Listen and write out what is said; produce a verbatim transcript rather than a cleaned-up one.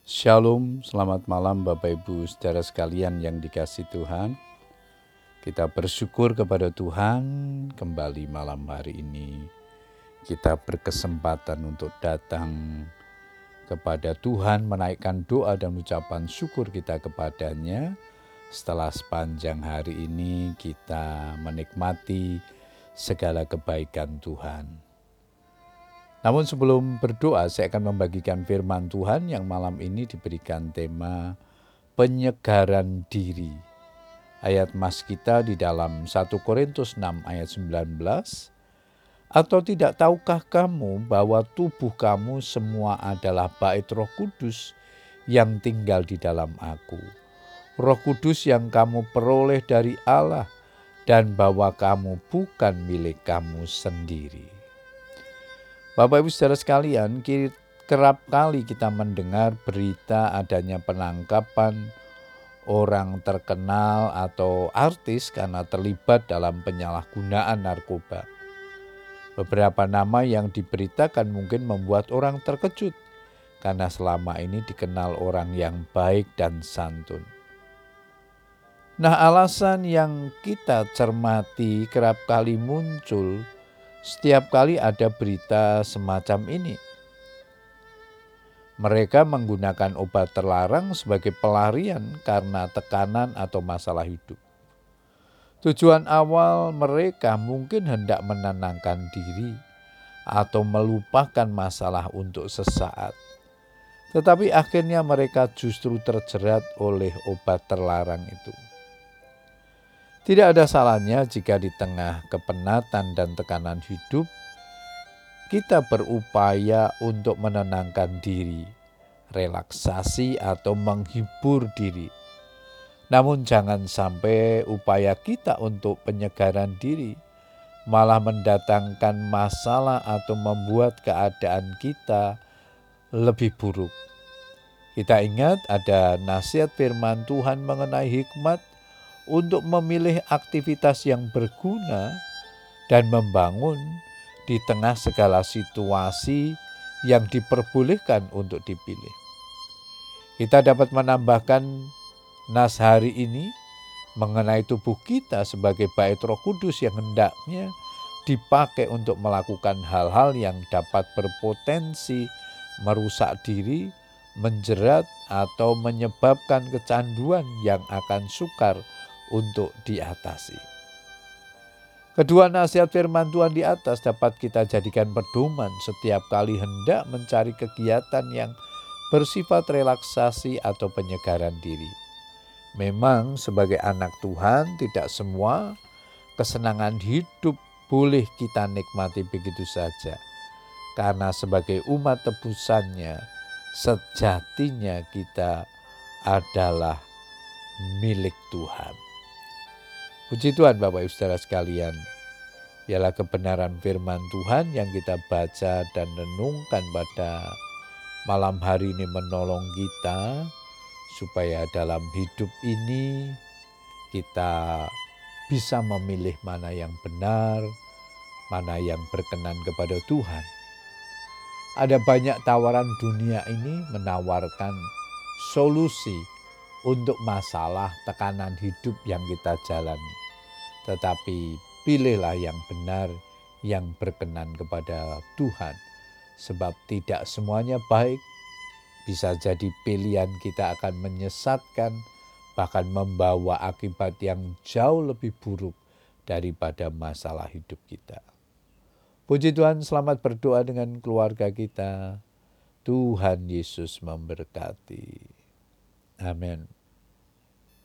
Shalom, selamat malam Bapak Ibu saudara sekalian yang dikasihi Tuhan. Kita bersyukur kepada Tuhan kembali malam hari ini. Kita berkesempatan untuk datang kepada Tuhan, menaikkan doa dan ucapan syukur kita kepadanya. Setelah sepanjang hari ini kita menikmati segala kebaikan Tuhan. Namun sebelum berdoa, saya akan membagikan firman Tuhan yang malam ini diberikan tema penyegaran diri. Ayat mas kita di dalam satu Korintus enam ayat sembilan belas. Atau tidak tahukah kamu bahwa tubuh kamu semua adalah bait Roh Kudus yang tinggal di dalam aku. Roh Kudus yang kamu peroleh dari Allah dan bahwa kamu bukan milik kamu sendiri. Bapak Ibu saudara sekalian, kerap kali kita mendengar berita adanya penangkapan orang terkenal atau artis karena terlibat dalam penyalahgunaan narkoba. Beberapa nama yang diberitakan mungkin membuat orang terkejut karena selama ini dikenal orang yang baik dan santun. Nah, alasan yang kita cermati kerap kali muncul setiap kali ada berita semacam ini. Mereka menggunakan obat terlarang sebagai pelarian karena tekanan atau masalah hidup. Tujuan awal mereka mungkin hendak menenangkan diri atau melupakan masalah untuk sesaat. Tetapi akhirnya mereka justru terjerat oleh obat terlarang itu. Tidak ada salahnya jika di tengah kepenatan dan tekanan hidup, kita berupaya untuk menenangkan diri, relaksasi atau menghibur diri. Namun jangan sampai upaya kita untuk penyegaran diri malah mendatangkan masalah atau membuat keadaan kita lebih buruk. Kita ingat ada nasihat firman Tuhan mengenai hikmat untuk memilih aktivitas yang berguna dan membangun di tengah segala situasi yang diperbolehkan untuk dipilih. Kita dapat menambahkan nas hari ini mengenai tubuh kita sebagai bait Roh Kudus yang hendaknya dipakai untuk melakukan hal-hal yang dapat berpotensi merusak diri, menjerat atau menyebabkan kecanduan yang akan sukar untuk diatasi. Kedua nasihat firman Tuhan di atas dapat kita jadikan pedoman setiap kali hendak mencari kegiatan yang bersifat relaksasi atau penyegaran diri. Memang sebagai anak Tuhan tidak semua kesenangan hidup boleh kita nikmati begitu saja. Karena sebagai umat tebusannya, sejatinya kita adalah milik Tuhan. Puji Tuhan Bapak Ibu saudara sekalian. Biarlah kebenaran firman Tuhan yang kita baca dan renungkan pada malam hari ini menolong kita supaya dalam hidup ini kita bisa memilih mana yang benar, mana yang berkenan kepada Tuhan. Ada banyak tawaran dunia ini menawarkan solusi untuk masalah tekanan hidup yang kita jalani. Tetapi pilihlah yang benar, yang berkenan kepada Tuhan. Sebab tidak semuanya baik, bisa jadi pilihan kita akan menyesatkan, bahkan membawa akibat yang jauh lebih buruk daripada masalah hidup kita. Puji Tuhan, selamat berdoa dengan keluarga kita. Tuhan Yesus memberkati. Amin.